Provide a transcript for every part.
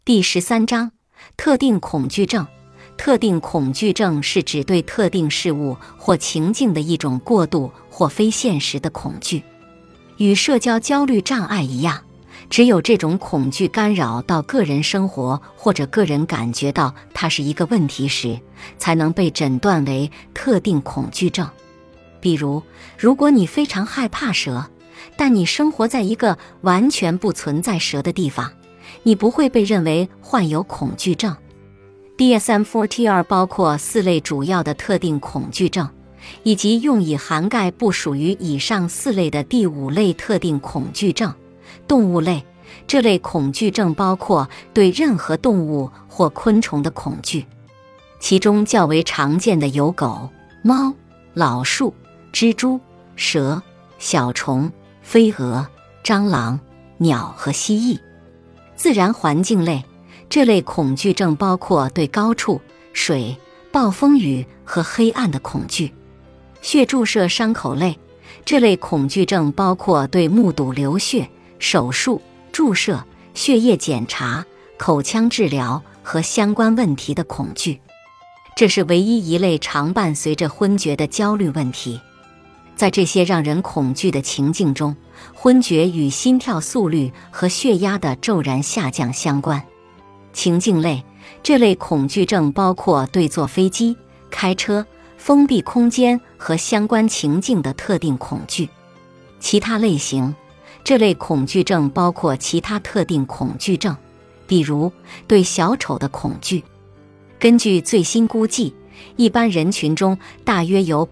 第13章特定恐惧症。特定恐惧症是指对特定事物或情境的一种过度或非现实的恐惧。与社交焦虑障碍一样，只有这种恐惧干扰到个人生活，或者个人感觉到它是一个问题时，才能被诊断为特定恐惧症。比如，如果你非常害怕蛇，但你生活在一个完全不存在蛇的地方，你不会被认为患有恐惧症。DSM-4 包括4类主要的特定恐惧症，以及用以涵盖不属于以上4类的第5类特定恐惧症——动物类。这类恐惧症包括对任何动物或昆虫的恐惧，其中较为常见的有狗、猫、老鼠、蜘蛛、蛇、小虫、飞蛾、蟑螂、鸟和蜥蜴。自然环境类，这类恐惧症包括对高处、水、暴风雨和黑暗的恐惧。血注射伤口类，这类恐惧症包括对目睹流血、手术、注射、血液检查、口腔治疗和相关问题的恐惧。这是唯一一类常伴随着昏厥的焦虑问题。在这些让人恐惧的情境中，昏厥与心跳速率和血压的骤然下降相关。情境类，这类恐惧症包括对坐飞机、开车、封闭空间和相关情境的特定恐惧。其他类型，这类恐惧症包括其他特定恐惧症，比如对小丑的恐惧。根据最新估计，一般人群中大约有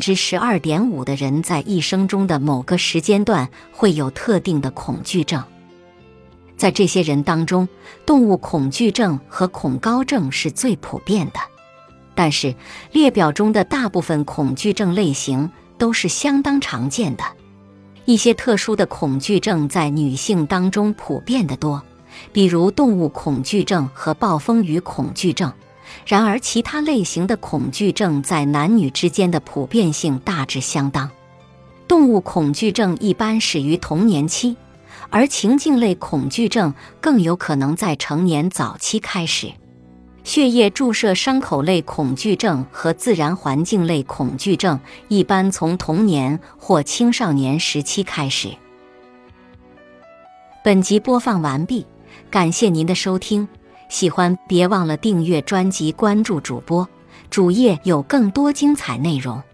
12.5% 的人在一生中的某个时间段会有特定的恐惧症。在这些人当中，动物恐惧症和恐高症是最普遍的，但是列表中的大部分恐惧症类型都是相当常见的。一些特殊的恐惧症在女性当中普遍得多，比如动物恐惧症和暴风雨恐惧症。然而其他类型的恐惧症在男女之间的普遍性大致相当。动物恐惧症一般始于童年期，而情境类恐惧症更有可能在成年早期开始。血液注射伤口类恐惧症和自然环境类恐惧症一般从童年或青少年时期开始。本集播放完毕，感谢您的收听，喜欢别忘了订阅专辑，关注主播，主页有更多精彩内容。